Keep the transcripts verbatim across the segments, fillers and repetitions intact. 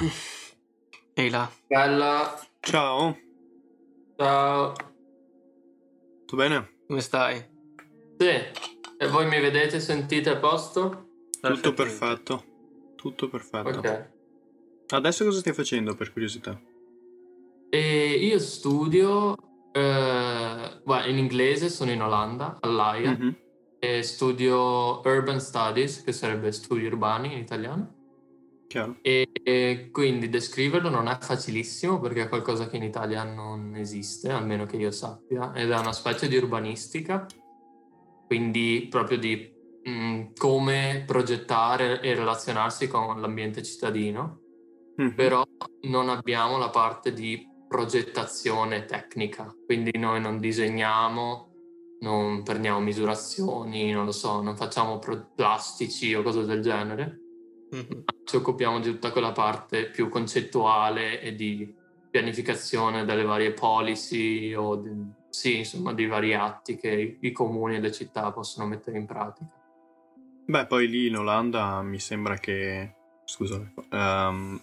Ehi là. Bella, Ciao, ciao. tutto bene? Come stai? Sì, e voi mi vedete, sentite a posto? Tutto Perfettamente. perfetto, tutto perfetto. Ok. Adesso cosa stai facendo, per curiosità? E io studio, eh, guarda, in inglese, sono in Olanda, all'Aia, Mhm. e studio Urban Studies, che sarebbe studi urbani in italiano. Chiaro. E, e quindi descriverlo non è facilissimo perché è qualcosa che in Italia non esiste, almeno che io sappia, ed è una specie di urbanistica, quindi proprio di mh, come progettare e relazionarsi con l'ambiente cittadino, Mhm. però non abbiamo la parte di progettazione tecnica, quindi noi non disegniamo, non prendiamo misurazioni, non lo so, non facciamo pro- plastici o cose del genere. Mhm. Ci occupiamo di tutta quella parte più concettuale e di pianificazione delle varie policy o di, sì, insomma, di vari atti che i, i comuni e le città possono mettere in pratica. Beh, poi lì in Olanda mi sembra che... Scusa, ehm,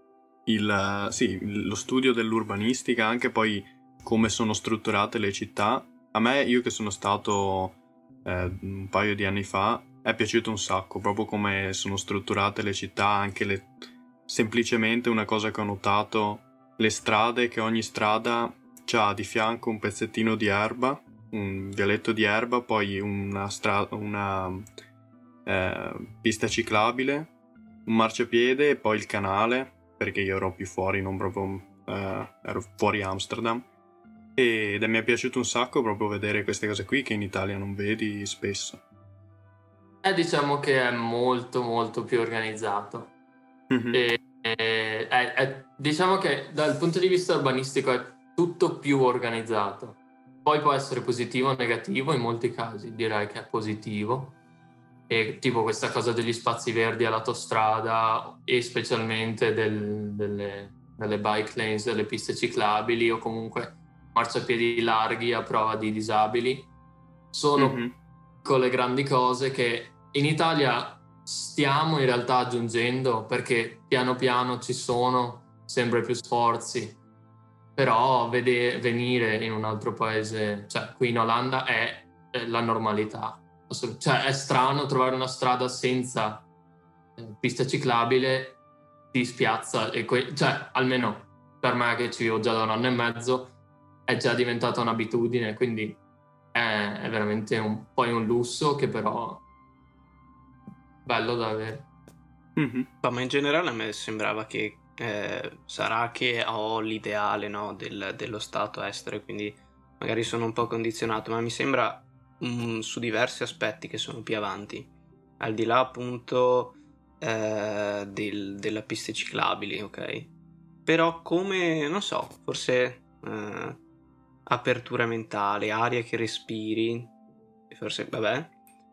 il, sì, lo studio dell'urbanistica, anche poi come sono strutturate le città. A me, io che sono stato eh, un paio di anni fa, è piaciuto un sacco, proprio come sono strutturate le città, anche le... semplicemente una cosa che ho notato, le strade, che ogni strada c'ha di fianco un pezzettino di erba, un vialetto di erba, poi una, stra... una eh, pista ciclabile, un marciapiede e poi il canale, perché io ero più fuori, non proprio eh, ero fuori Amsterdam, ed mi è piaciuto un sacco proprio vedere queste cose qui che in Italia non vedi spesso. E diciamo che è molto molto più organizzato. Mhm. E, e- è- è- diciamo che dal punto di vista urbanistico è tutto più organizzato. Poi può essere positivo o negativo, in molti casi direi che è positivo. E tipo questa cosa degli spazi verdi all'autostrada e specialmente del- delle, delle bike lanes, delle piste ciclabili o comunque marciapiedi larghi a prova di disabili, sono Mhm. piccole grandi cose che in Italia stiamo in realtà aggiungendo perché piano piano ci sono sempre più sforzi, però vede, venire in un altro paese, cioè qui in Olanda è, è la normalità. Cioè è strano trovare una strada senza eh, pista ciclabile, ti spiazza, e que- cioè almeno per me che ci vivo già da un anno e mezzo è già diventata un'abitudine, quindi è, è veramente un, poi un lusso che però bello da avere. Mhm. Ma in generale a me sembrava che eh, sarà che ho l'ideale, no, del- dello stato estero e quindi magari sono un po' condizionato, ma mi sembra mm, su diversi aspetti che sono più avanti. Al di là appunto eh, del- della piste ciclabili, ok? Però come, non so, forse eh, apertura mentale, aria che respiri, forse, vabbè.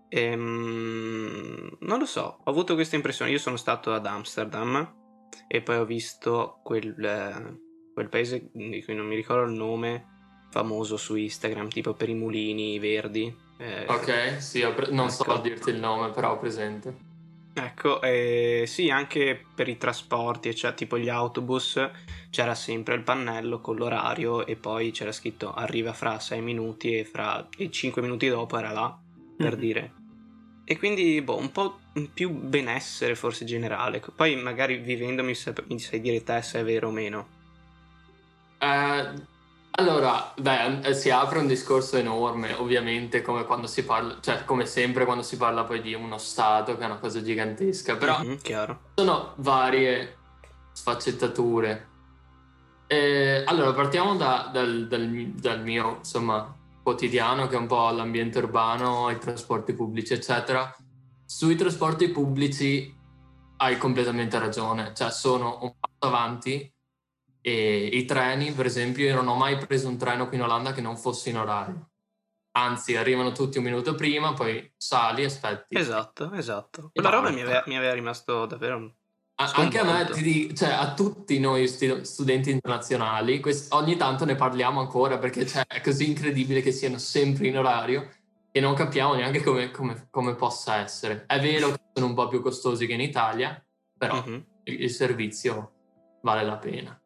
Ehm, non lo so, ho avuto questa impressione. Io sono stato ad Amsterdam e poi ho visto quel, eh, quel paese di cui non mi ricordo il nome, famoso su Instagram, tipo per i mulini verdi. Eh, Ok, sì, ho pre- non so ecco. dirti il nome, però ho presente. Ecco, eh, sì, anche per i trasporti, cioè tipo gli autobus, c'era sempre il pannello con l'orario e poi c'era scritto arriva fra sei minuti e fra e cinque minuti dopo era là, per Mhm. dire. E quindi, boh, un po' più benessere forse generale. Poi magari vivendo mi sai, mi sai dire te se è vero o meno. Eh, allora, beh, eh, si apre un discorso enorme, ovviamente, come quando si parla, cioè come sempre quando si parla poi di uno Stato, che è una cosa gigantesca, però Mhm, chiaro. sono varie sfaccettature. Eh, allora, partiamo da- dal, dal mi- dal mio, insomma, quotidiano, che è un po' l'ambiente urbano, i trasporti pubblici, eccetera. Sui trasporti pubblici hai completamente ragione, cioè sono un passo avanti e i treni, per esempio, io non ho mai preso un treno qui in Olanda che non fosse in orario. Anzi, arrivano tutti un minuto prima, poi sali, aspetti Esatto, esatto. e Quella roba vai. mi aveva, mi aveva rimasto davvero A- Anche a me, ti sconvolto. dico, cioè a tutti noi stu- studenti internazionali, quest- ogni tanto ne parliamo ancora perché cioè, è così incredibile che siano sempre in orario e non capiamo neanche come, come- come possa essere. È vero che sono un po' più costosi che in Italia, però Mhm. il, il servizio. vale la pena.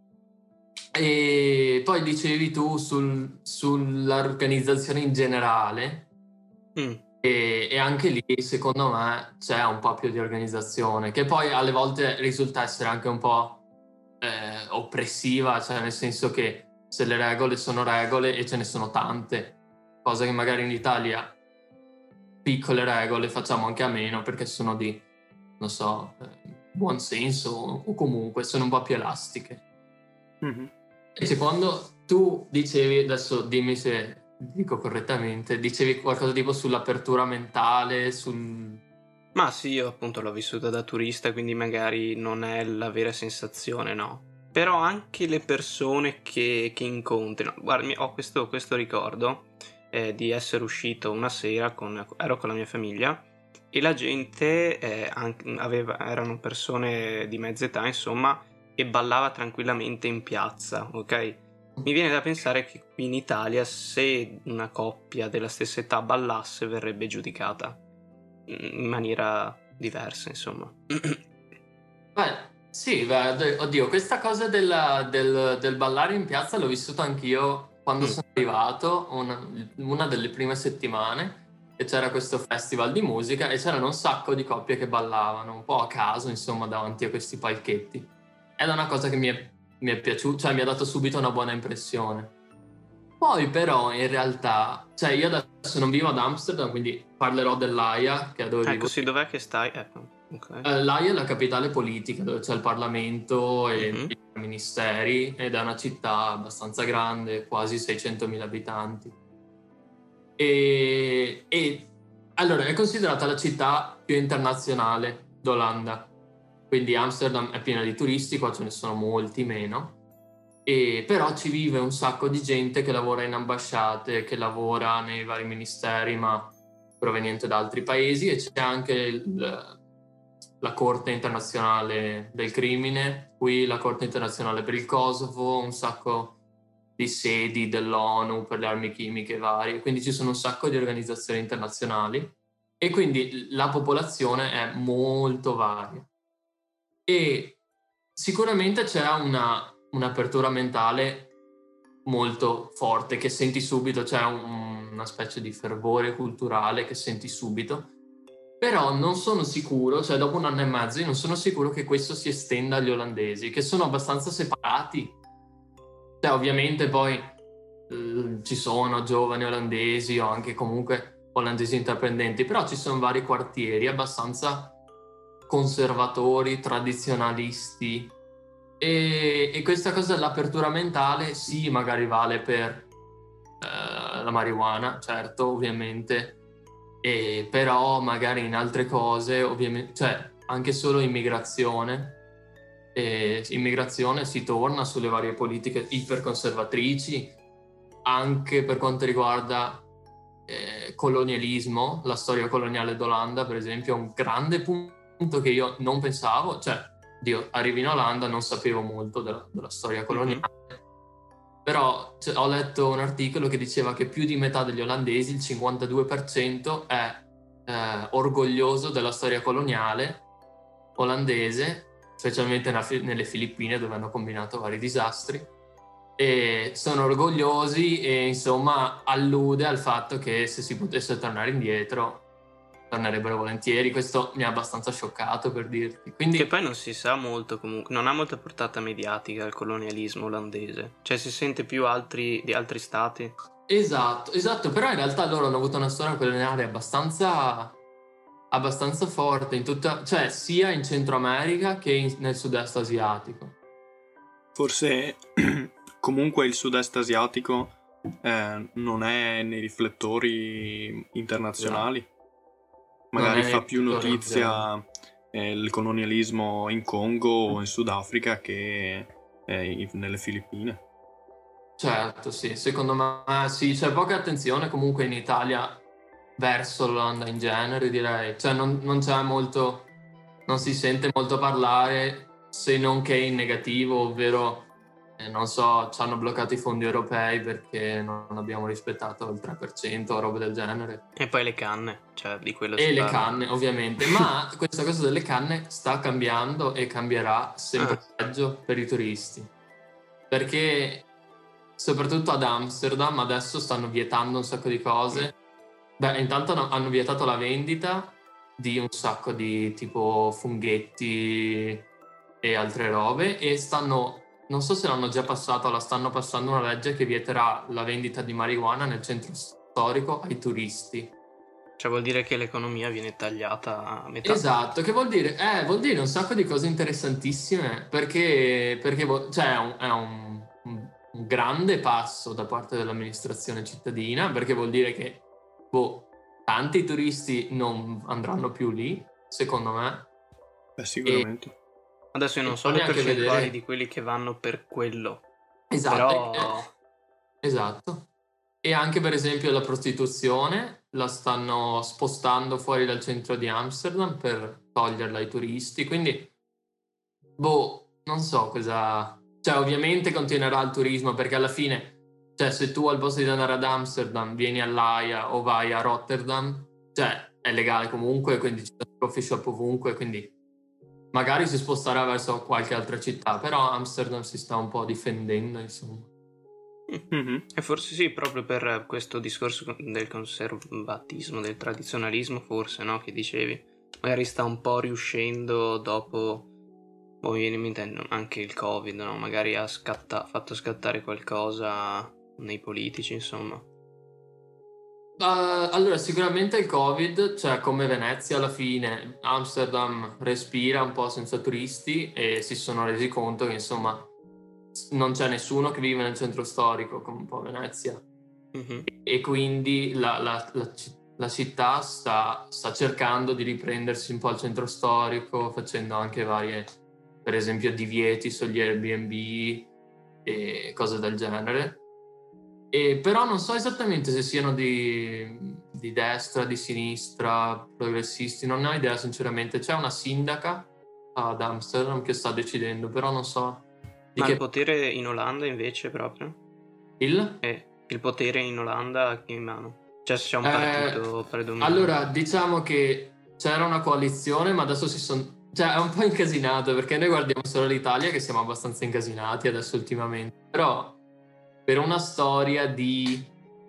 E poi dicevi tu sul, sull'organizzazione in generale, Mm. e, e anche lì secondo me c'è un po' più di organizzazione, che poi alle volte risulta essere anche un po' eh, oppressiva, cioè nel senso che se le regole sono regole e ce ne sono tante, cosa che magari in Italia piccole regole facciamo anche a meno perché sono di, non so, eh, buon senso o comunque sono un po' più elastiche. Mm-hmm. E secondo tu dicevi, adesso dimmi se dico correttamente, dicevi qualcosa tipo sull'apertura mentale, sul... Ma sì, io appunto l'ho vissuta da turista, quindi magari non è la vera sensazione, no? Però anche le persone che, che incontrino, guarda, mi- ho questo, questo ricordo eh, di essere uscito una sera, con, ero con la mia famiglia e la gente eh, anche- aveva, erano persone di mezza età, insomma, e ballava tranquillamente in piazza, ok? Mi viene da pensare che qui in Italia se una coppia della stessa età ballasse verrebbe giudicata in maniera diversa, insomma. Beh, sì, beh, oddio, questa cosa della- del, del ballare in piazza l'ho vissuta anch'io quando Mm. sono arrivato, una, una delle prime settimane, e c'era questo festival di musica e c'erano un sacco di coppie che ballavano, un po' a caso, insomma, davanti a questi palchetti. Ed è una cosa che mi è, mi è piaciuta, cioè mi ha dato subito una buona impressione. Poi però in realtà, cioè io adesso non vivo ad Amsterdam, quindi parlerò dell'Aia, che è dove Ecco, vivo. sì, dov'è che stai? Ecco, ok. Eh, L'Aia è la capitale politica, dove c'è il Parlamento e Mhm. i ministeri, ed è una città abbastanza grande, quasi seicentomila abitanti. E, e allora è considerata la città più internazionale d'Olanda. Quindi Amsterdam è piena di turisti, qua ce ne sono molti meno. E però ci vive un sacco di gente che lavora in ambasciate, che lavora nei vari ministeri, ma proveniente da altri paesi, e c'è anche il, la Corte internazionale del crimine, qui la Corte internazionale per il Kosovo, un sacco di sedi dell'ONU per le armi chimiche varie, quindi ci sono un sacco di organizzazioni internazionali e quindi la popolazione è molto varia. E sicuramente c'è una, un'apertura mentale molto forte che senti subito, c'è un, una specie di fervore culturale che senti subito, però non sono sicuro, cioè dopo un anno e mezzo io non sono sicuro che questo si estenda agli olandesi, che sono abbastanza separati. Cioè ovviamente poi eh, ci sono giovani olandesi o anche comunque olandesi intraprendenti, però ci sono vari quartieri abbastanza conservatori, tradizionalisti, e, e questa cosa dell'apertura mentale sì, magari vale per eh, la marijuana, certo, ovviamente, e però magari in altre cose, ovviamente, cioè anche solo immigrazione, e immigrazione si torna sulle varie politiche iperconservatrici, anche per quanto riguarda eh, colonialismo, la storia coloniale d'Olanda, per esempio, è un grande punto che io non pensavo, cioè, Dio, arrivo in Olanda, non sapevo molto della, della storia coloniale, mm-hmm. Però cioè, ho letto un articolo che diceva che più di metà degli olandesi, il cinquantadue per cento, è eh, orgoglioso della storia coloniale olandese, specialmente nelle Filippine dove hanno combinato vari disastri, e sono orgogliosi e insomma allude al fatto che se si potesse tornare indietro tornerebbero volentieri. Questo mi ha abbastanza scioccato, per dirti. Quindi... Che poi non si sa molto comunque, non ha molta portata mediatica il colonialismo olandese, cioè si sente più altri, di altri stati. Esatto, esatto, però in realtà loro hanno avuto una storia coloniale abbastanza abbastanza forte in tutta, cioè sia in Centro America che in, nel sud-est asiatico. Forse comunque il sud-est asiatico eh, non è nei riflettori internazionali. Esatto. Magari fa più notizia eh, il colonialismo in Congo o in Sudafrica che eh, nelle Filippine. Certo, sì, secondo me sì, c'è poca attenzione comunque in Italia verso l'Olanda in genere, direi. Cioè non, non c'è molto, non si sente molto parlare, se non che in negativo, ovvero eh, non so, ci hanno bloccato i fondi europei perché non abbiamo rispettato il tre per cento o robe del genere. E poi le canne, cioè di quello E si le parla. canne, ovviamente, ma questa cosa delle canne sta cambiando e cambierà sempre Ah. peggio per i turisti. Perché soprattutto ad Amsterdam adesso stanno vietando un sacco di cose. Beh, intanto hanno- hanno vietato la vendita di un sacco di tipo funghetti e altre robe e stanno, non so se l'hanno già passato o la stanno passando una legge che vieterà la vendita di marijuana nel centro storico ai turisti. Cioè vuol dire che l'economia viene tagliata a metà. Esatto, che vuol dire? Eh, vuol dire un sacco di cose interessantissime perché, perché vo- cioè, è un, è un- un- un grande passo da parte dell'amministrazione cittadina perché vuol dire che boh, tanti turisti non andranno più lì, secondo me. Beh, sicuramente. Adesso io non E so poi le anche percentuali vedere- di quelli che vanno per quello, Esatto, però eh, esatto. E anche per esempio la prostituzione la stanno spostando fuori dal centro di Amsterdam per toglierla ai turisti, quindi boh, non so cosa. Cioè, ovviamente continuerà il turismo perché alla fine, cioè, se tu al posto di andare ad Amsterdam vieni all'Aia o vai a Rotterdam, cioè, è legale comunque, quindi c'è un coffee shop ovunque, quindi magari si sposterà verso qualche altra città, però Amsterdam si sta un po' difendendo, insomma. Mhm. e forse sì, proprio per questo discorso con- del conservatismo, del tradizionalismo, forse, no? Che dicevi, magari sta un po' riuscendo dopo, boh, mi viene in mente anche il Covid, no? Magari ha scatta- fatto scattare qualcosa nei politici, insomma. Uh, allora, sicuramente il Covid, cioè come Venezia alla fine, Amsterdam respira un po' senza turisti e si sono resi conto che insomma non c'è nessuno che vive nel centro storico come un po' Venezia Mhm. e quindi la, la- la ci- la città sta, sta cercando di riprendersi un po' il centro storico facendo anche varie, per esempio, divieti sugli Airbnb e cose del genere. E però non so esattamente se siano di, di destra, di sinistra, progressisti, non ne ho idea sinceramente. C'è una sindaca ad Amsterdam che sta decidendo, però non so di Ma il che potere in Olanda invece proprio? il. Eh, il potere in Olanda a chi è in mano? Cioè se c'è un Eh, partito predominante. allora, diciamo che c'era una coalizione, ma adesso si sono. Cioè, è un po' incasinato perché noi guardiamo solo l'Italia, che siamo abbastanza incasinati adesso ultimamente. Però, per una storia di.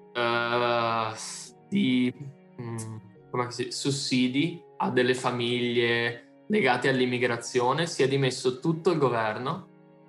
eh, di. mm, come si dice? Sussidi a delle famiglie legate all'immigrazione, si è dimesso tutto il governo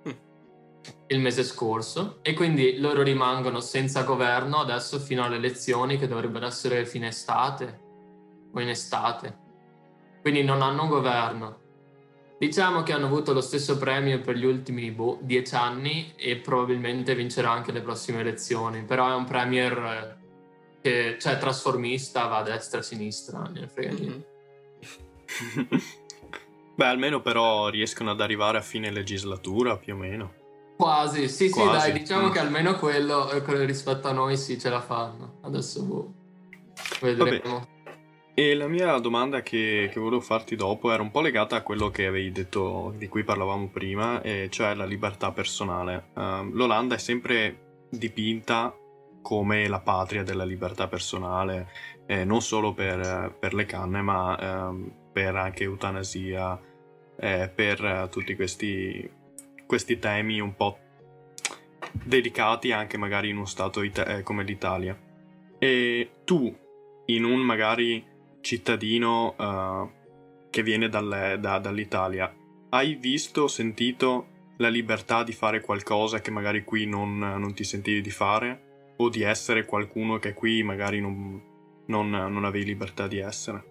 il mese scorso e quindi loro rimangono senza governo adesso fino alle elezioni che dovrebbero essere fine estate o in estate. Quindi non hanno un governo. Diciamo che hanno avuto lo stesso premio per gli ultimi boh, dieci anni e probabilmente vincerà anche le prossime elezioni, però è un premier eh, che, cioè, trasformista, va a destra e a sinistra, non ne frega niente. Mhm. Beh, almeno però riescono ad arrivare a fine legislatura, più o meno. Quasi, sì, sì, Quasi. dai, diciamo Mm. che almeno quello eh, quello rispetto a noi sì ce la fanno. Adesso boh, Vabbè. vedremo. E la mia domanda che, che volevo farti dopo era un po' legata a quello che avevi detto, di cui parlavamo prima, e cioè la libertà personale. Um, L'Olanda è sempre dipinta come la patria della libertà personale, eh, non solo per, per le canne, ma ehm, per anche eutanasia, eh, per eh, tutti questi, questi temi un po' delicati anche magari in uno stato ita- eh, come l'Italia. E tu, in un magari cittadino uh, che viene dalle, da, dall'Italia, hai visto, sentito la libertà di fare qualcosa che magari qui non, non ti sentivi di fare? O di essere qualcuno che qui magari non, non, non avevi libertà di essere?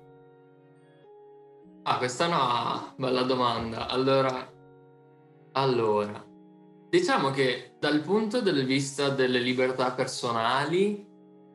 Ah, questa è una bella domanda. Allora, allora, diciamo che dal punto di vista delle libertà personali,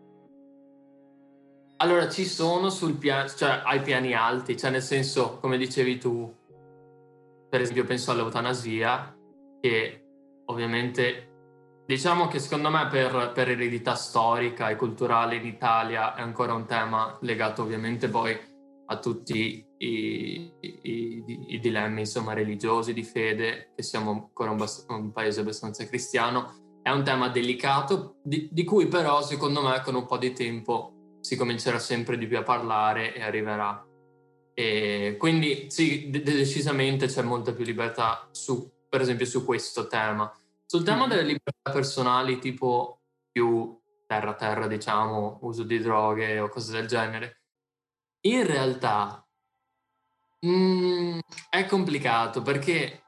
allora ci sono sul piano, cioè ai piani alti, cioè nel senso, come dicevi tu, per esempio penso all'eutanasia, che ovviamente diciamo che secondo me per, per eredità storica e culturale in Italia è ancora un tema legato ovviamente poi a tutti i, i, i, i dilemmi, insomma, religiosi, di fede, che siamo ancora un, bast- un paese abbastanza cristiano. È un tema delicato, di, di cui però, secondo me, con un po' di tempo si comincerà sempre di più a parlare e arriverà. E quindi sì, de- decisamente c'è molta più libertà su, per esempio, su questo tema. Sul tema Mm-hmm. delle libertà personali, tipo più terra-terra, diciamo, uso di droghe o cose del genere, in realtà mm, è complicato, perché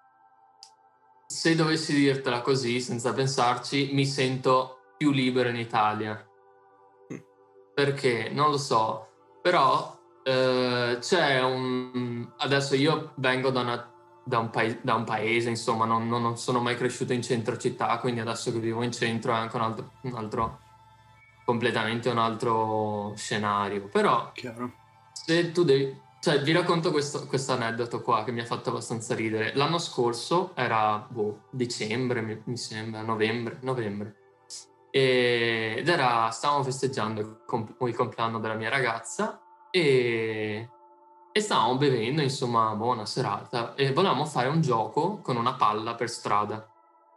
se dovessi dirtela così, senza pensarci, mi sento più libero in Italia. Perché? Non lo so, però eh, c'è un... Adesso io vengo da, una, da, un, paese, da un paese, insomma, non, non sono mai cresciuto in centro città, quindi adesso che vivo in centro è anche un altro, un altro completamente un altro scenario. Però Chiaro. se tu devi... Cioè, vi racconto questo aneddoto qua che mi ha fatto abbastanza ridere. L'anno scorso era, boh, dicembre, mi, mi sembra, novembre, novembre. Ed era, stavamo festeggiando il, comp- il compleanno della mia ragazza e, e stavamo bevendo, insomma, buona serata, e volevamo fare un gioco con una palla per strada.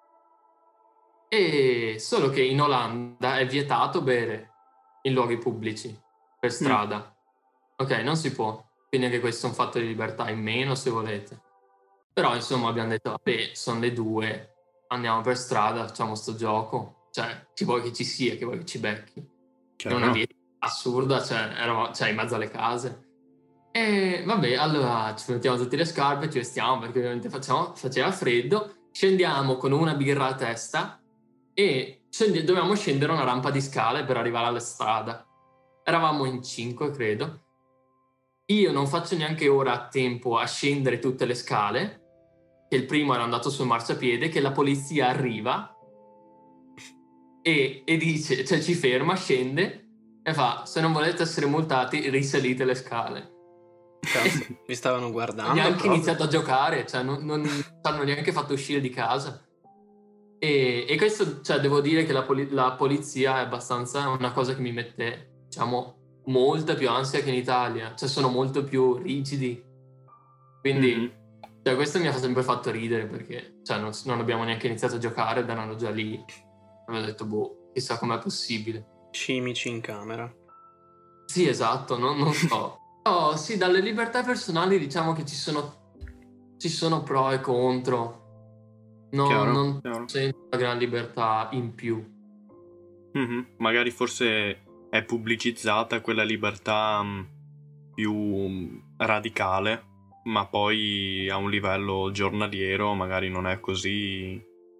E solo che in Olanda è vietato bere in luoghi pubblici per strada. Ok, non si può. Quindi anche questo è un fatto di libertà in meno, se volete. Però, insomma, abbiamo detto, vabbè, sono le due, andiamo per strada, facciamo sto gioco. Cioè, chi vuoi che ci sia, chi vuoi che ci becchi. È una via assurda, cioè, eravamo, cioè, in mezzo alle case. E vabbè, allora ci mettiamo tutte le scarpe, ci vestiamo, perché ovviamente facciamo, faceva freddo, scendiamo con una birra a testa e scendi- dovevamo scendere una rampa di scale per arrivare alla strada. Eravamo in cinque, credo. Io non faccio neanche ora a tempo a scendere tutte le scale, che il primo era andato sul marciapiede, che la polizia arriva e, e dice, cioè ci ferma, scende e fa: se non volete essere multati, risalite le scale. Cazzo, vi stavano Non guardando hanno neanche proprio. iniziato a giocare, cioè non, non hanno neanche fatto uscire di casa. E, e questo, cioè, devo dire che la, poli- la polizia è abbastanza una cosa che mi mette, diciamo, molta più ansia che in Italia. Cioè, sono molto più rigidi. Quindi, Mm-hmm. cioè, questo mi ha sempre fatto ridere, perché cioè, non, non abbiamo neanche iniziato a giocare ed erano già lì. E ho detto, boh, chissà com'è possibile. Cimici in camera. Sì, esatto, non, non so. Oh, sì, dalle libertà personali diciamo che ci sono, ci sono pro e contro. Non, Chiaro, non chiaro. sento una gran libertà in più. Mm-hmm. Magari forse è pubblicizzata quella libertà mh, più mh, radicale, ma poi a un livello giornaliero magari non è così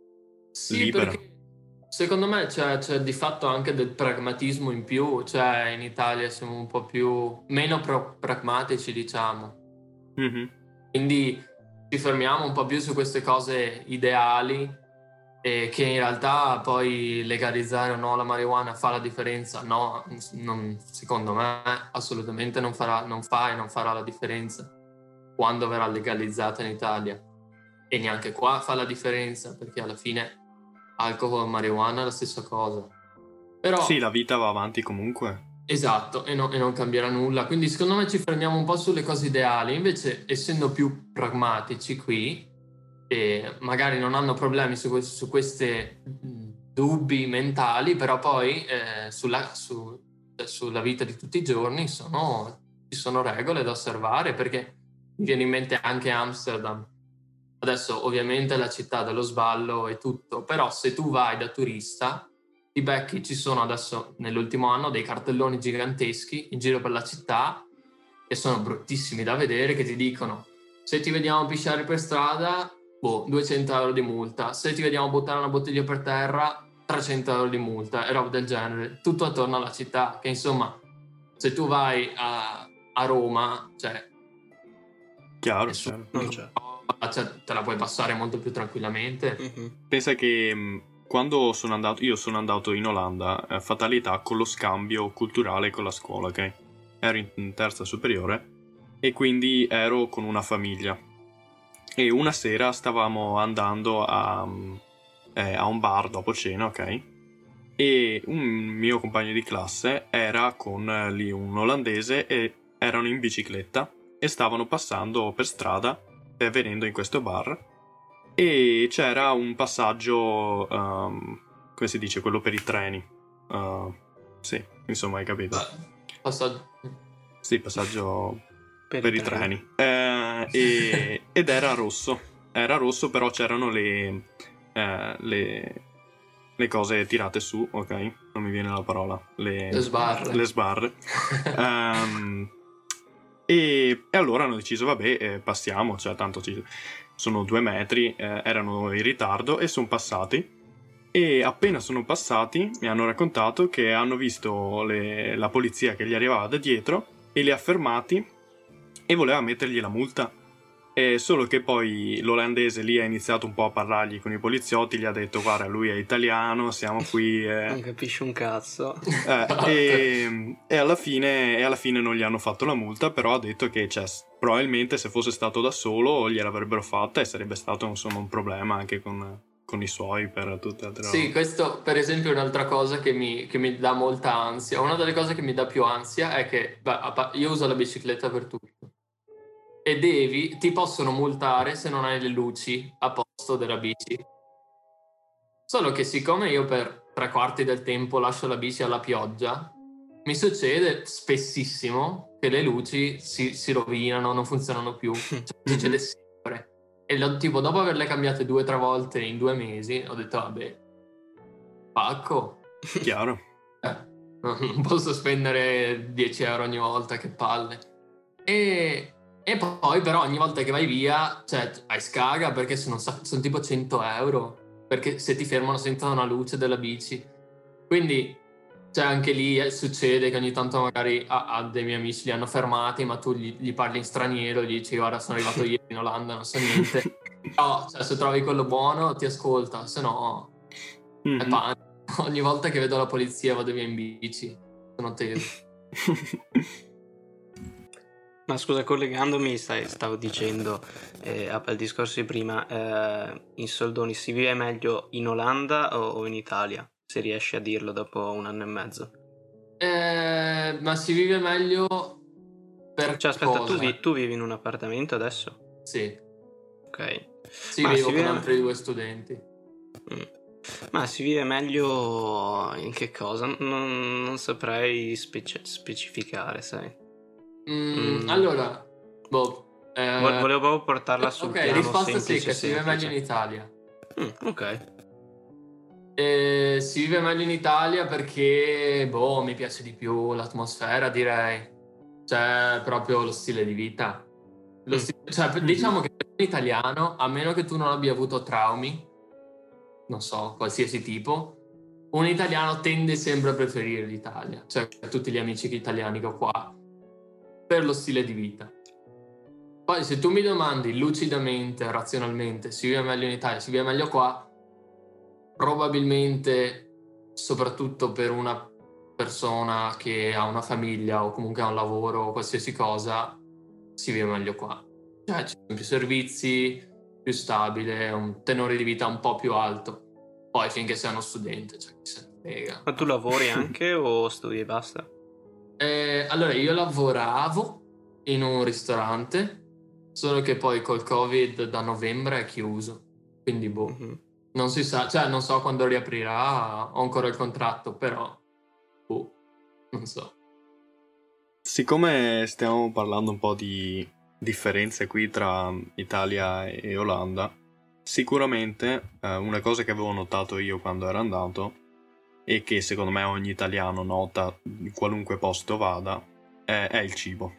Sì, libera. perché secondo me c'è, c'è di fatto anche del pragmatismo in più. Cioè, in Italia siamo un po' più meno pro- pragmatici, diciamo. Mm-hmm. Quindi ci fermiamo un po' più su queste cose ideali, e che in realtà poi legalizzare o no la marijuana fa la differenza. No, non- secondo me assolutamente non farà, non fa e non farà la differenza quando verrà legalizzata in Italia. E neanche qua fa la differenza, perché alla fine alcol e marijuana è la stessa cosa. Sì, Però la vita va avanti comunque. esatto, e, no- e non cambierà nulla. Quindi secondo me ci fermiamo un po' sulle cose ideali. Invece, essendo più pragmatici qui, e magari non hanno problemi su, que- su questi dubbi mentali, però poi eh, sulla, su- cioè, sulla vita di tutti i giorni sono, ci sono regole da osservare, perché mi viene in mente anche Amsterdam. Adesso ovviamente è la città dello sballo e tutto, però se tu vai da turista ti becchi, ci sono adesso nell'ultimo anno dei cartelloni giganteschi in giro per la città che sono bruttissimi da vedere, che ti dicono: se ti vediamo pisciare per strada, boh, duecento euro di multa, se ti vediamo buttare una bottiglia per terra, trecento euro di multa e roba del genere, tutto attorno alla città, che insomma, se tu vai a, a Roma, cioè Chiaro, nessuno, chiaro. Non c'è. cioè, te la puoi passare molto più tranquillamente. Mm-hmm. Pensa che mh, quando sono andato, io sono andato in Olanda, eh, fatalità, con lo scambio culturale con la scuola, ok? Ero in, in terza superiore e quindi ero con una famiglia. E una sera stavamo andando a, mh, eh, a un bar dopo cena, ok? E un mio compagno di classe era con eh, lì un olandese e erano in bicicletta e stavano passando per strada eh, venendo in questo bar, e c'era un passaggio, um, come si dice, quello per i treni. Uh, sì, insomma, hai capito. Beh, passaggio. Sì, passaggio Per, per i i treni. treni. Eh, e- ed era rosso. Era rosso, però c'erano le, eh, le, le cose tirate su, ok? Non mi viene la parola. Le, Le sbarre. Le sbarre. Ehm, e, e allora hanno deciso, vabbè, eh, passiamo, cioè tanto ci, sono due metri, eh, erano in ritardo e sono passati. E appena sono passati mi hanno raccontato che hanno visto le- la polizia che gli arrivava da dietro e li ha fermati e voleva mettergli la multa. E solo che poi l'olandese lì ha iniziato un po' a parlargli con i poliziotti, gli ha detto guarda, lui è italiano, siamo qui eh. Non capisci un cazzo. Eh, e, e, alla fine, e alla fine non gli hanno fatto la multa, però ha detto che cioè, probabilmente se fosse stato da solo gliel'avrebbero fatta e sarebbe stato insomma un problema anche con, con i suoi per tutte le altre Sì, robe. questo per esempio è un'altra cosa che mi, che mi dà molta ansia. Una delle cose che mi dà più ansia è che beh, a pa- io uso la bicicletta per tutto e devi, ti possono multare se non hai le luci a posto della bici. Solo che siccome io per tre quarti del tempo lascio la bici alla pioggia, mi succede spessissimo che le luci si, si rovinano, non funzionano più. Cioè, succede sempre. E lo- tipo, dopo averle cambiate due o tre volte in due mesi, ho detto, vabbè, pacco. Chiaro. Eh, non non posso spendere dieci euro ogni volta, che palle. E, e poi però ogni volta che vai via, cioè, hai scaga perché sono, sa- sono tipo cento euro. Perché se ti fermano sentono una luce della bici. Quindi, cioè, anche lì eh, succede che ogni tanto magari a, a dei miei amici li hanno fermati, ma tu gli, gli parli in straniero, gli dici guarda sono arrivato ieri in Olanda, non so niente. Però, cioè, se trovi quello buono ti ascolta, se no è Mhm. pane. Ogni volta che vedo la polizia vado via in bici, sono teso. Ma scusa, collegandomi, stai, stavo dicendo eh, al discorso di prima, eh, in soldoni si vive meglio in Olanda o, o in Italia? Se riesci a dirlo dopo un anno e mezzo. Eh, ma si vive meglio per Cioè, aspetta, tu, cosa? vi- tu vivi in un appartamento adesso? Sì, Ok. sì, Ma vivo si con vive... altri due studenti. Mm. Ma si vive meglio in che cosa? Non, non saprei speci- specificare, sai. Mm, Mm. Allora, boh, Vo- eh, Volevo proprio portarla sul ok, piano risposta semplice secca, si vive meglio in semplice. Italia. Mm, ok. Eh, si vive meglio in Italia perché, boh, mi piace di più l'atmosfera, direi. Cioè, proprio lo stile di vita. Lo Mm. sti- cioè, Mhm. diciamo che per un italiano, a meno che tu non abbia avuto traumi, non so, qualsiasi tipo, un italiano tende sempre a preferire l'Italia. Cioè, tutti gli amici italiani che ho qua, per lo stile di vita. Poi se tu mi domandi lucidamente, razionalmente, si vive meglio in Italia, si vive meglio qua, probabilmente, soprattutto per una persona che ha una famiglia o comunque ha un lavoro o qualsiasi cosa, si vive meglio qua. Cioè ci sono più servizi, più stabile, un tenore di vita un po' più alto. Poi finché sei uno studente, cioè chi se ne frega. Ma tu lavori anche o studi e basta? Eh, allora, io lavoravo in un ristorante, solo che poi col Covid da novembre è chiuso. Quindi, boh, Mhm. non si sa, cioè non so quando riaprirà, ho ancora il contratto, però, boh, non so. Siccome stiamo parlando un po' di differenze qui tra Italia e Olanda, sicuramente eh, una cosa che avevo notato io quando ero andato e che secondo me ogni italiano nota in qualunque posto vada è, è il cibo.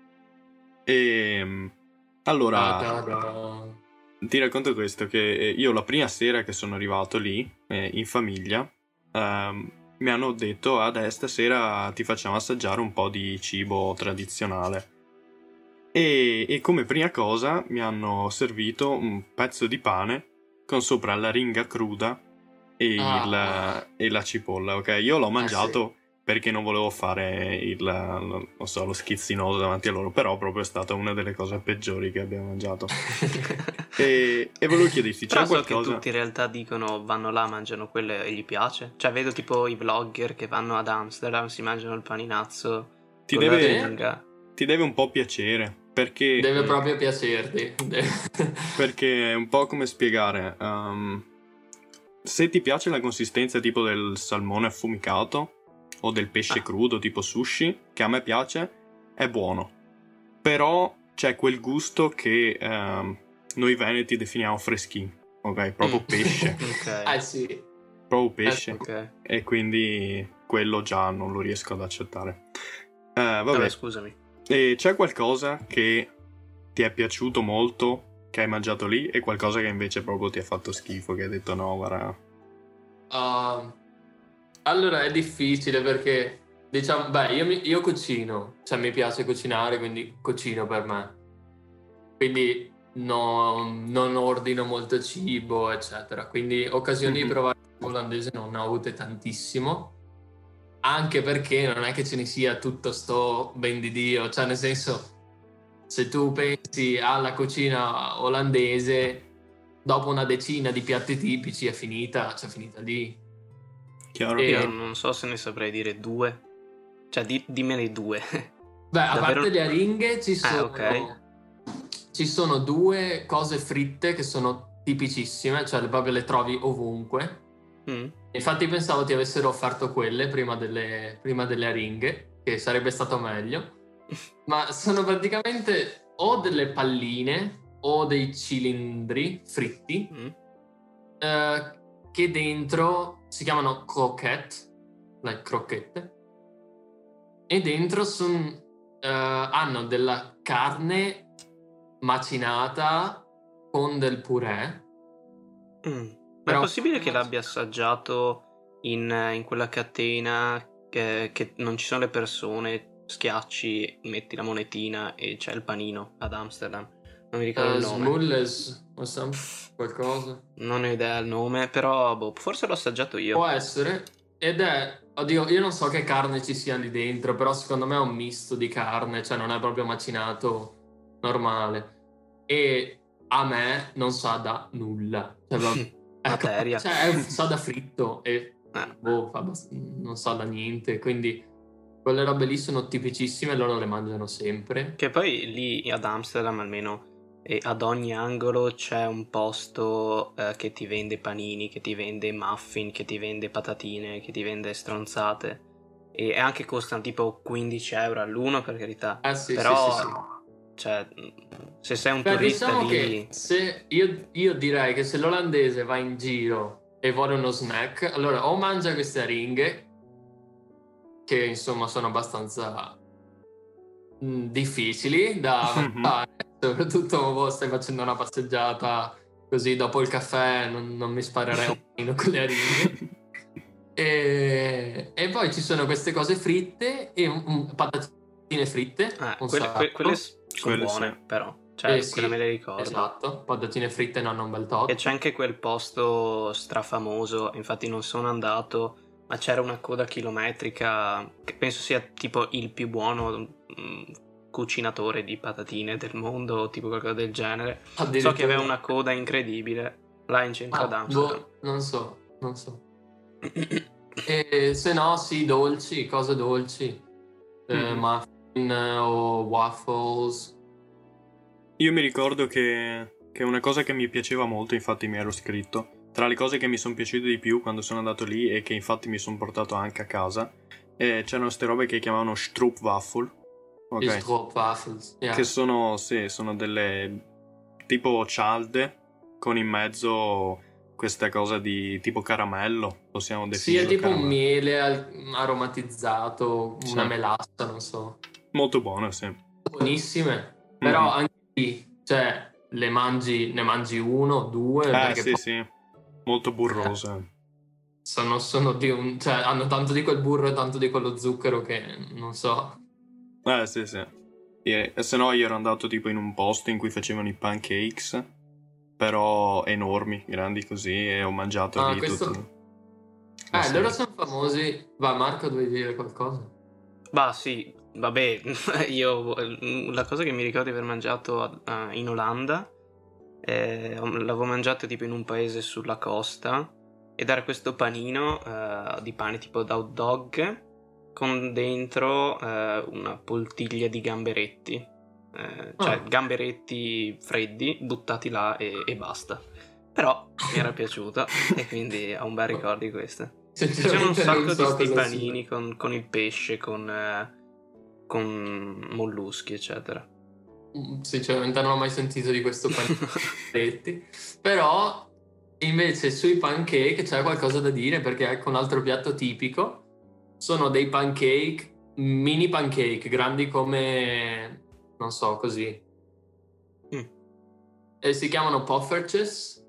E allora Ah, da- ti racconto questo, che io la prima sera che sono arrivato lì eh, in famiglia ehm, mi hanno detto ah, stasera ti facciamo assaggiare un po' di cibo tradizionale e, e come prima cosa mi hanno servito un pezzo di pane con sopra la ringa cruda e, il, Ah. e la cipolla, ok? Io l'ho Eh, mangiato perché non volevo fare il, non so, lo schizzinoso davanti a loro, però proprio è stata una delle cose peggiori che abbiamo mangiato. E, e volevo chiederti, Però c'è so qualcosa? che tutti in realtà dicono vanno là, mangiano quello e gli piace. Cioè vedo tipo i vlogger che vanno ad Amsterdam, si mangiano il paninazzo Ti con la deve, ringa. ti deve un po' piacere, perché... Deve proprio piacerti. Perché è un po' come spiegare... Um, se ti piace la consistenza tipo del salmone affumicato o del pesce Ah. crudo tipo sushi, che a me piace, è buono. Però c'è quel gusto che um, noi veneti definiamo freschino, ok? Proprio Mm. pesce. Ok. Ah sì. Proprio pesce. Ok. E quindi quello già non lo riesco ad accettare. Eh, vabbè. Vabbè, scusami. E c'è qualcosa che ti è piaciuto molto, che hai mangiato lì, e qualcosa che invece proprio ti ha fatto schifo, che hai detto no, guarda... Uh, allora è difficile perché diciamo, beh, io, mi, io cucino, cioè mi piace cucinare, quindi cucino per me. Quindi no, non ordino molto cibo, eccetera. Quindi occasioni Mhm. di provare il cibo olandese non ne ho avute tantissimo. Anche perché non è che ce ne sia tutto sto ben di Dio, cioè nel senso, se tu pensi alla cucina olandese, dopo una decina di piatti tipici è finita, cioè è finita lì. Chiaro, E- Io chiaro. non so se ne saprei dire due. Cioè, di, dimmene due. Beh, a Davvero? parte le aringhe ci Ah, sono, ok. ci sono due cose fritte che sono tipicissime, cioè le- proprio le trovi ovunque. Mm. Infatti pensavo ti avessero offerto quelle prima delle, prima delle aringhe, che sarebbe stato meglio. Ma sono praticamente o delle palline o dei cilindri fritti Mm. eh, che dentro si chiamano croquette, like crocchette, e dentro son, eh, hanno della carne macinata con del purè. Mm. Ma è Però possibile che l'abbia assaggiato in, in quella catena che, che non ci sono le persone, schiacci, metti la monetina e c'è il panino ad Amsterdam? Non mi ricordo uh, il nome. Smulles o something, qualcosa. Non ho idea del nome, però boh, forse l'ho assaggiato io. Può essere. Ed è, oddio, io non so che carne ci sia lì dentro, però secondo me è un misto di carne, cioè non è proprio macinato normale. E a me non sa da nulla. Cioè, va- ecco, Materia. cioè, è- sa da fritto e Eh. boh, fa abbast- non sa da niente. Quindi quelle robe lì sono tipicissime e loro le mangiano sempre. Che poi lì ad Amsterdam almeno eh, ad ogni angolo c'è un posto eh, che ti vende panini, che ti vende muffin, che ti vende patatine, che ti vende stronzate e e anche costano tipo quindici euro all'uno, per carità. Eh sì, Però sì, sì, sì. cioè, se sei un Beh, turista diciamo lì che se io, io direi che se l'olandese va in giro e vuole uno snack, allora o mangia queste aringhe, che insomma sono abbastanza mh, difficili da mangiare, soprattutto boh, stai facendo una passeggiata così dopo il caffè, non, non mi sparerei un pochino con le aringhe. E, e poi ci sono queste cose fritte e un, un- patatine fritte, eh, un quelle, que- sacco. quelle s- sono Quelle buone, sì. però cioè Eh quelle sì, me le ricordo. esatto, patatine fritte ne hanno un bel tot. E c'è anche quel posto strafamoso, infatti non sono andato, ma c'era una coda chilometrica che penso sia tipo il più buono mm, cucinatore di patatine del mondo, tipo qualcosa del genere. So che Addirittura. aveva una coda incredibile là in centro ad Ah, Amsterdam. boh, non so, non so. E se no, sì, dolci, cose dolci. Eh, Mhm. muffin o waffles. Io mi ricordo che, che una cosa che mi piaceva molto, infatti mi ero scritto, tra le cose che mi sono piaciute di più quando sono andato lì e che infatti mi sono portato anche a casa, eh, c'erano queste robe che chiamavano Stroopwafel, ok? I stroopwafels, yeah. Che sono, sì, sono delle tipo cialde con in mezzo questa cosa di tipo caramello, possiamo Sì, è definirlo tipo un caramello. miele al- aromatizzato, Sì. una melassa, non so. Molto buono, sì. Buonissime, però Mhm. anche lì, cioè, le mangi, ne mangi uno, due, Eh perché sì, poi sì, molto burrose. sono, sono di un... cioè, hanno tanto di quel burro e tanto di quello zucchero che, non so... Eh sì, sì. E, e se no io ero andato tipo in un posto in cui facevano i pancakes, però enormi, grandi così, e ho mangiato Ah, lì questo... tutti. la Eh, sera. loro sono famosi... Va, Marco, dovevi dire qualcosa? Bah sì, vabbè, io la cosa che mi ricordo di aver mangiato a- a- in Olanda, eh, l'avevo mangiato tipo in un paese sulla costa ed era questo panino eh, di pane tipo da hot dog con dentro eh, una poltiglia di gamberetti, eh, cioè Ah. gamberetti freddi buttati là e, e basta. Però mi era piaciuta e quindi ho un bel ricordo di questo. C'erano un Sinceramente sacco non di so sti cosa panini con, con il pesce, con, eh, con molluschi, eccetera. sia. Sinceramente non ho mai sentito di questo panetti. Però invece sui pancake c'è qualcosa da dire, perché ecco un altro piatto tipico sono dei pancake, mini pancake, grandi come, non so, così. Mm. E si chiamano puffertjes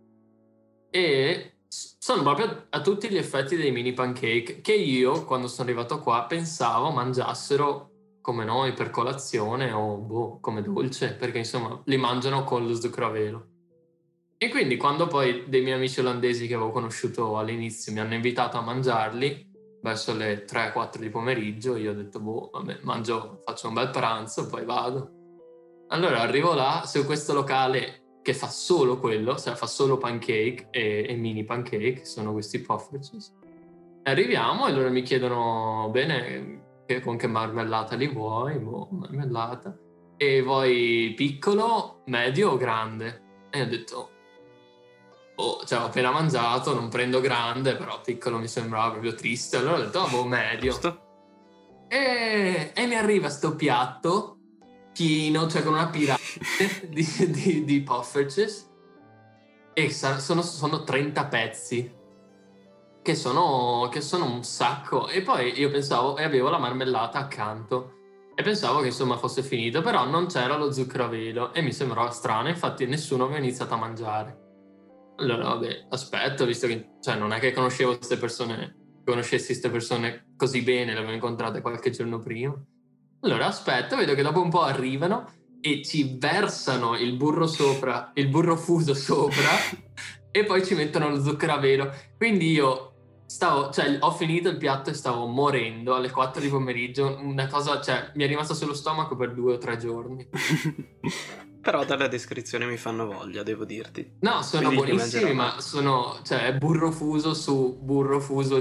e s- sono proprio a tutti gli effetti dei mini pancake che io, quando sono arrivato qua, pensavo mangiassero come noi per colazione o boh, come dolce, perché insomma li mangiano con lo zucchero a velo. E quindi quando poi dei miei amici olandesi che avevo conosciuto all'inizio mi hanno invitato a mangiarli verso le tre quattro di pomeriggio, io ho detto boh, vabbè, mangio, faccio un bel pranzo, poi vado. Allora arrivo là su questo locale che fa solo quello, cioè fa solo pancake e, e mini pancake, sono questi puffertjes. Arriviamo e loro mi chiedono, bene, che- con che marmellata li vuoi? Boh, marmellata. E vuoi piccolo, medio o grande? E ho detto, oh, cioè ho appena mangiato, non prendo grande, però piccolo mi sembrava proprio triste. Allora ho detto, oh, boh, medio. Giusto? E, e mi arriva sto piatto pieno, cioè con una piramide di, di, di puffertjes e sa- sono, sono trenta pezzi che sono, che sono un sacco. E poi io pensavo, e avevo la marmellata accanto e pensavo che insomma fosse finito, però non c'era lo zucchero a velo e mi sembrava strano, infatti nessuno aveva iniziato a mangiare. Allora vabbè, aspetto, visto che cioè, non è che conoscevo queste persone, conoscessi queste persone così bene, le avevo incontrate qualche giorno prima. Allora aspetto, vedo che dopo un po' arrivano e ci versano il burro sopra, il burro fuso sopra e poi ci mettono lo zucchero a velo. Quindi io stavo, cioè ho finito il piatto e stavo morendo alle quattro di pomeriggio, una cosa, cioè mi è rimasta sullo stomaco per due o tre giorni. Però dalla descrizione mi fanno voglia, devo dirti. No, sono Quindi li buonissimi, mangerò. ma sono, cioè, è burro fuso su burro fuso.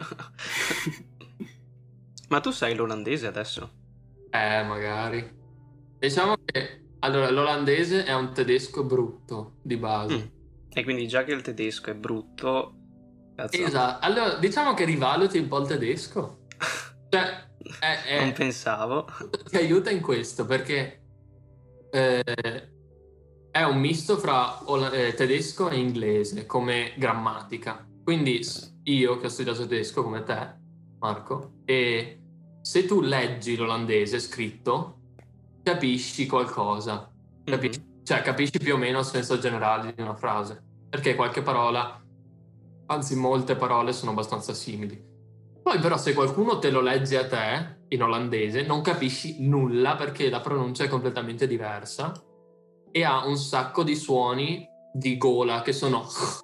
Ma tu sai l'olandese adesso? Eh, magari. Diciamo che, allora, l'olandese è un tedesco brutto, di base. Mm. E quindi già che il tedesco è brutto, cazzo. Esatto. Allora, diciamo che rivaluti un po' il tedesco. Cioè, è, è- Non pensavo. ti aiuta in questo, perché eh, è un misto fra ola- eh, tedesco e inglese come grammatica. Quindi s- io che ho studiato tedesco come te, Marco, e se tu leggi l'olandese scritto, capisci qualcosa. Capisci? Mhm. Cioè, capisci più o meno il senso generale di una frase. Perché qualche parola, anzi molte parole, sono abbastanza simili. Poi però se qualcuno te lo legge a te in olandese non capisci nulla perché la pronuncia è completamente diversa e ha un sacco di suoni di gola che sono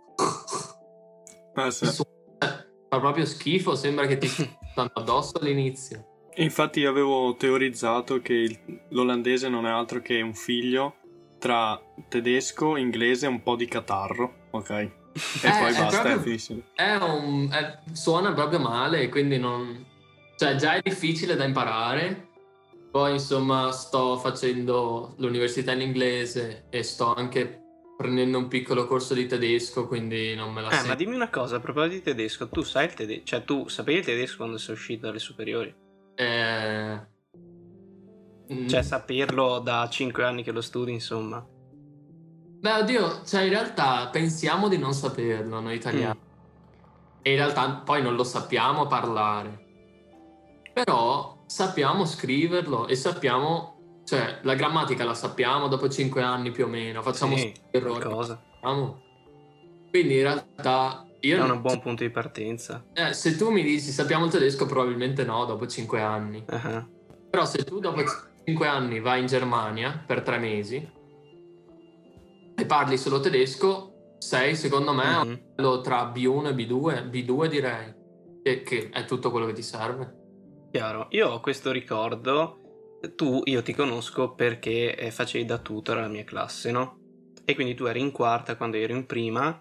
Ah, sì. fa proprio schifo, sembra che ti stanno addosso all'inizio. Infatti io avevo teorizzato che il- l'olandese non è altro che un figlio tra tedesco, inglese e un po' di catarro, ok? E Eh, poi è basta, proprio- è finissimo. È un, è- suona proprio male, quindi non... Cioè già è difficile da imparare, poi insomma sto facendo l'università in inglese e sto anche prendendo un piccolo corso di tedesco, quindi non me la Eh, ma sento. dimmi una cosa, a proposito di tedesco, tu sai il tedesco? Cioè, tu sapevi il tedesco quando sei uscito dalle superiori? Eh, mm, Cioè, saperlo da cinque anni che lo studi, insomma. Beh, oddio, cioè in realtà pensiamo di non saperlo noi italiani Mm. e in realtà poi non lo sappiamo parlare. Però sappiamo scriverlo e sappiamo, cioè la grammatica la sappiamo dopo cinque anni più o meno, facciamo Sì, errori. qualcosa. Sappiamo. Quindi in realtà io È un non- buon punto di partenza. eh, se tu mi dici sappiamo il tedesco, probabilmente no, dopo cinque anni. Ah, Però se tu dopo cinque anni vai in Germania per tre mesi e parli solo tedesco, sei secondo me a un mhm. livello tra B uno e B due, B due direi, che, che è tutto quello che ti serve. Chiaro. Io ho questo ricordo. Tu, io ti conosco perché eh, facevi da tutor alla mia classe, no? E quindi tu eri in quarta quando io ero in prima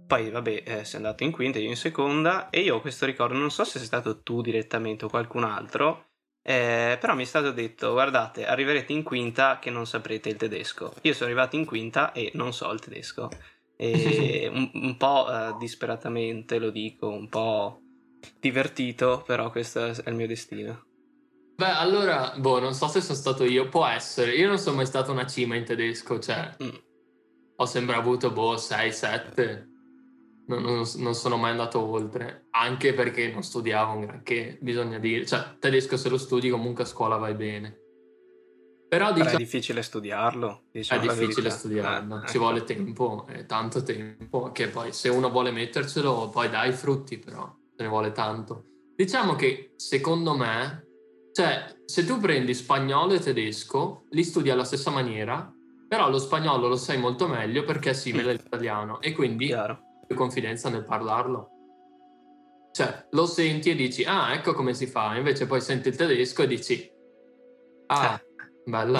Poi vabbè, eh, sei andato in quinta, io in seconda, e io ho questo ricordo, non so se sei stato tu direttamente o qualcun altro, eh, però mi è stato detto, guardate, arriverete in quinta che non saprete il tedesco. Io sono arrivato in quinta e non so il tedesco, e un, un po' eh, disperatamente lo dico, un po' divertito, però questo è il mio destino. Beh, allora, boh, non so se sono stato io, può essere. Io non sono mai stato una cima in tedesco, cioè, Mm. ho sempre avuto, boh, sei, sette. Non, non- non sono mai andato oltre, anche perché non studiavo un granché, bisogna dire. Cioè, tedesco se lo studi comunque a scuola vai bene. Però Però è diciamo difficile studiarlo, è diciamo la difficile verità. studiarlo, Eh, ci ecco. vuole tempo, e tanto tempo, che poi se uno vuole mettercelo, poi dai i frutti, però ce ne vuole tanto. Diciamo che secondo me, cioè, se tu prendi spagnolo e tedesco, li studi alla stessa maniera, però lo spagnolo lo sai molto meglio perché è simile Mm. all'italiano e quindi hai Chiaro. più confidenza nel parlarlo. Cioè, lo senti e dici, ah, ecco come si fa. Invece poi senti il tedesco e dici, ah, Eh. bella.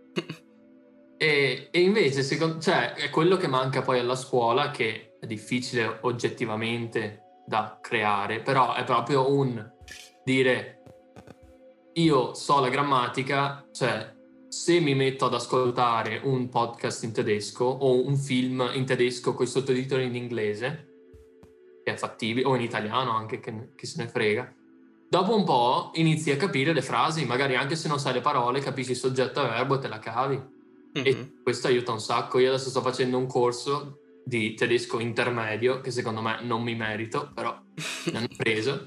E, e invece, secondo, cioè, è quello che manca poi alla scuola, che è difficile oggettivamente da creare, però è proprio un dire, io so la grammatica, cioè, se mi metto ad ascoltare un podcast in tedesco o un film in tedesco con i sottotitoli in inglese, che è fattibile, o in italiano anche, che, che se ne frega, dopo un po' inizi a capire le frasi, magari anche se non sai le parole, capisci soggetto e verbo e te la cavi. Mhm. E questo aiuta un sacco. Io adesso sto facendo un corso di tedesco intermedio, che secondo me non mi merito, però mi hanno preso.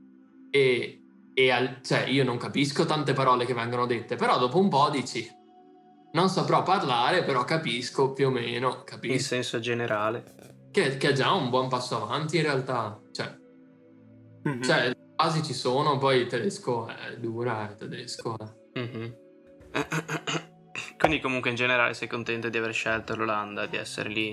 E, e al- cioè, io non capisco tante parole che vengono dette, però dopo un po' dici, non saprò parlare, però capisco più o meno, In capisco. senso generale. Che, che è già un buon passo avanti in realtà. Cioè, Mhm. cioè, le basi ci sono, poi il tedesco è dura, il tedesco è... Mhm. Quindi comunque in generale sei contento di aver scelto l'Olanda, di essere lì?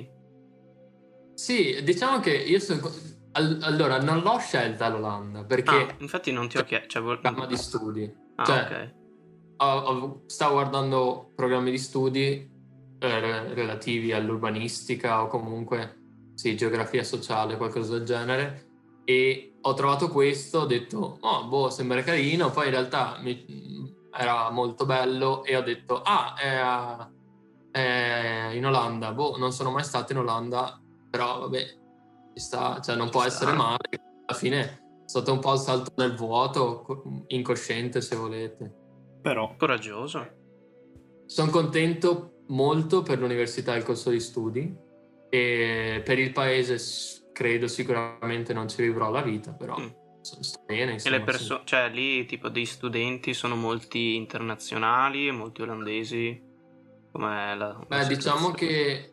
Sì, diciamo che io sono... all- allora, non l'ho scelta l'Olanda, Ah, perché infatti non ti ho chiesto. Cioè, vol- programma di studi. Ah, Cioè, ok. ho- ho- stavo guardando programmi di studi eh, re- relativi all'urbanistica o comunque, sì, geografia sociale, qualcosa del genere, e ho trovato questo, ho detto, oh, boh, sembra carino, poi in realtà mi- era molto bello e ho detto, ah, è, a- è in Olanda, boh, non sono mai stato in Olanda, però vabbè, ci sta, cioè non Ci può sta. essere male, alla fine è stato un po' il salto nel vuoto, co- incosciente se volete. Però, Coraggioso. Sono contento molto per l'università e il corso di studi e per il paese s- credo sicuramente non ci vivrò la vita, però Mm. sto, sto bene, E insomma. le persone, cioè lì tipo dei studenti sono molti internazionali, molti olandesi, com'è la, la Beh, diciamo situazione? che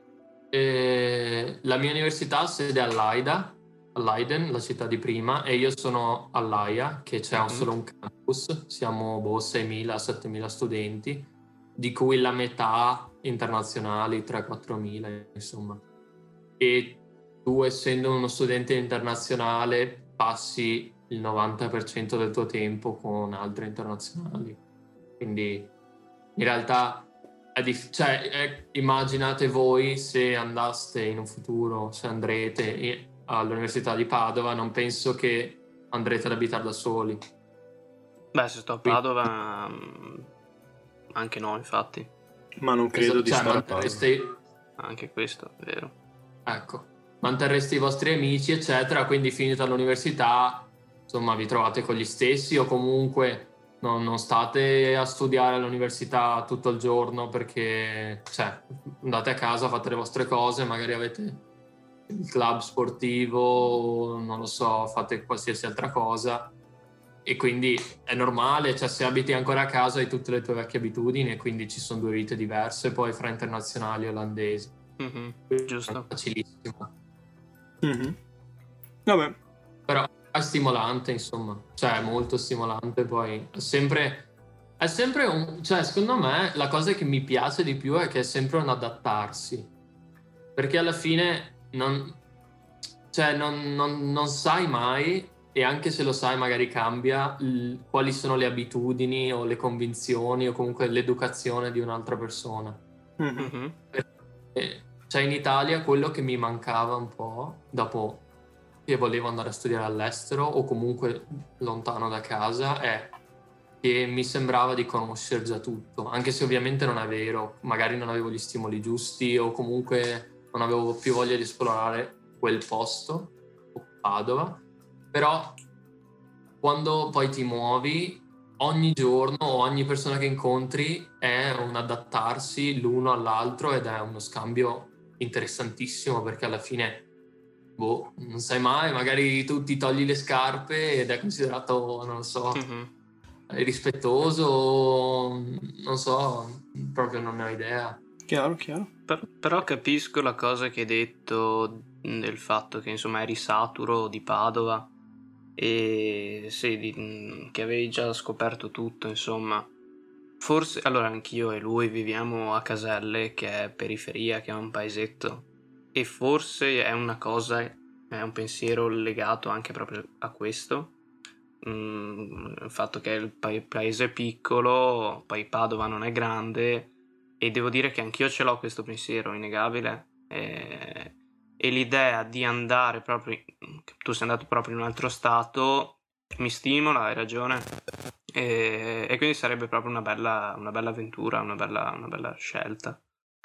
eh, la mia università ha sede a Leida, a Leiden, la città di prima, e io sono all'Aia, che c'è Mhm. solo un campus, siamo boh, seimila settemila studenti, di cui la metà internazionali, tre quattromila, insomma. E tu, essendo uno studente internazionale, passi il novanta per cento del tuo tempo con altri internazionali. Quindi in realtà è dif- cioè, è- immaginate voi se andaste in un futuro, se andrete i- all'Università di Padova, non penso che andrete ad abitare da soli. Beh, se sto a Quindi, Padova, mm, anche no, infatti. ma non credo di cioè, stare a Padova. manterreste, Anche questo, è vero. ecco, manterreste i vostri amici, eccetera, quindi finita l'università, insomma, vi trovate con gli stessi o comunque non, non state a studiare all'università tutto il giorno perché, cioè, andate a casa, fate le vostre cose, magari avete il club sportivo, non lo so, fate qualsiasi altra cosa e quindi è normale, cioè se abiti ancora a casa hai tutte le tue vecchie abitudini e quindi ci sono due vite diverse poi fra internazionali e olandesi. Mhm. Quindi Giusto. è facilissimo. Mhm. Vabbè, Però è stimolante, insomma, cioè è molto stimolante, poi è sempre, è sempre un, cioè secondo me la cosa che mi piace di più è che è sempre un adattarsi, perché alla fine non, cioè non, non- non sai mai, e anche se lo sai magari cambia, l- quali sono le abitudini o le convinzioni o comunque l'educazione di un'altra persona. mhm. Mhm. E cioè in Italia quello che mi mancava un po' dopo che volevo andare a studiare all'estero o comunque lontano da casa è che mi sembrava di conoscere già tutto, anche se ovviamente non è vero, magari non avevo gli stimoli giusti o comunque non avevo più voglia di esplorare quel posto, o Padova, però quando poi ti muovi, ogni giorno o ogni persona che incontri è un adattarsi l'uno all'altro ed è uno scambio interessantissimo perché alla fine, boh, non sai mai, magari tu ti togli le scarpe ed è considerato, non lo so, Mhm. rispettoso, non so, proprio non ne ho idea. Chiaro, chiaro. Per- però capisco la cosa che hai detto del fatto che insomma eri saturo di Padova e sì, di- che avevi già scoperto tutto, insomma. Forse, allora anch'io e lui viviamo a Caselle, che è periferia, che è un paesetto, e forse è una cosa, è un pensiero legato anche proprio a questo, mm, il fatto che il pa- paese è piccolo, poi Padova non è grande, e devo dire che anch'io ce l'ho questo pensiero innegabile, e, e l'idea di andare proprio, che tu sei andato proprio in un altro stato, mi stimola, hai ragione, e, e quindi sarebbe proprio una bella, una bella avventura, una bella, una bella scelta.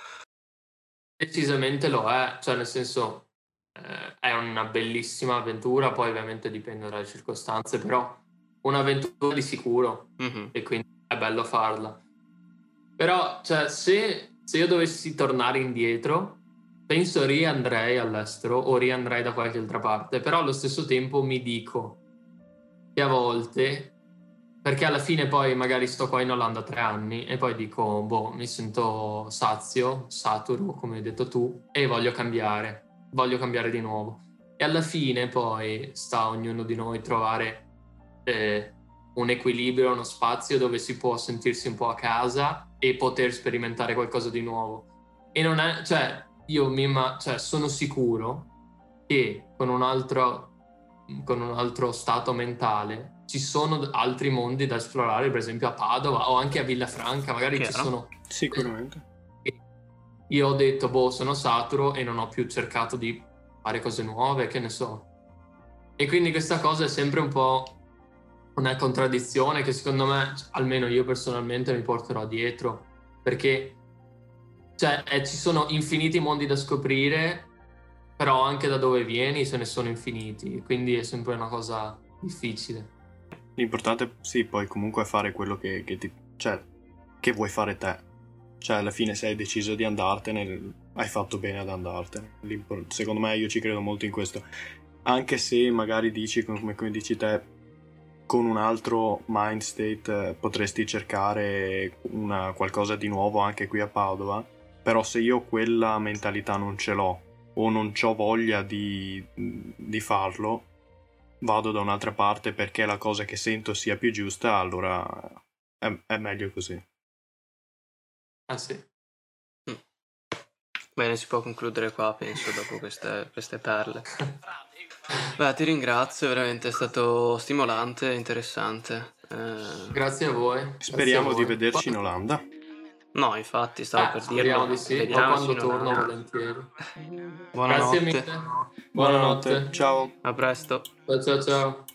Decisamente lo è, cioè nel senso eh, è una bellissima avventura, poi ovviamente dipende dalle circostanze, però un'avventura di sicuro Mhm. e quindi è bello farla. Però, cioè, se, se io dovessi tornare indietro, penso riandrei all'estero o riandrei da qualche altra parte, però allo stesso tempo mi dico che a volte, perché alla fine poi magari sto qua in Olanda tre anni e poi dico, boh, mi sento sazio, saturo, come hai detto tu, e voglio cambiare, voglio cambiare di nuovo. E alla fine poi sta a ognuno di noi trovare eh, un equilibrio, uno spazio dove si può sentirsi un po' a casa e poter sperimentare qualcosa di nuovo. E non è, cioè, io mi, ma, cioè, sono sicuro che con un altro con un altro stato mentale ci sono altri mondi da esplorare, per esempio a Padova o anche a Villafranca, magari ci Chiaro? sono. Sicuramente. Io ho detto, boh, sono saturo e non ho più cercato di fare cose nuove, che ne so. E quindi questa cosa è sempre un po' una contraddizione che secondo me, almeno io personalmente, mi porterò dietro, perché cioè, eh, ci sono infiniti mondi da scoprire, però anche da dove vieni se ne sono infiniti, quindi è sempre una cosa difficile. L'importante, sì, poi comunque è fare quello che, che ti... cioè, che vuoi fare te. Cioè, alla fine se hai deciso di andartene, hai fatto bene ad andartene. L'impor- Secondo me io ci credo molto in questo. Anche se magari dici, come, come dici te, con un altro mind state eh, potresti cercare una, qualcosa di nuovo anche qui a Padova, però se io quella mentalità non ce l'ho o non ho voglia di, di farlo, vado da un'altra parte perché la cosa che sento sia più giusta, allora è, è meglio così. Ah sì. Mm. Bene, si può concludere qua, penso, dopo queste, queste perle. Beh, ti ringrazio, veramente è stato stimolante e interessante. Eh, Grazie a voi. Speriamo grazie a di voi. vederci in Olanda. No, infatti, stavo Eh, per speriamo dirlo. di sì, o Vediamoci quando in torno Olanda. volentieri. Grazie Buonanotte. mille. Buonanotte, ciao. A presto. Ciao ciao ciao.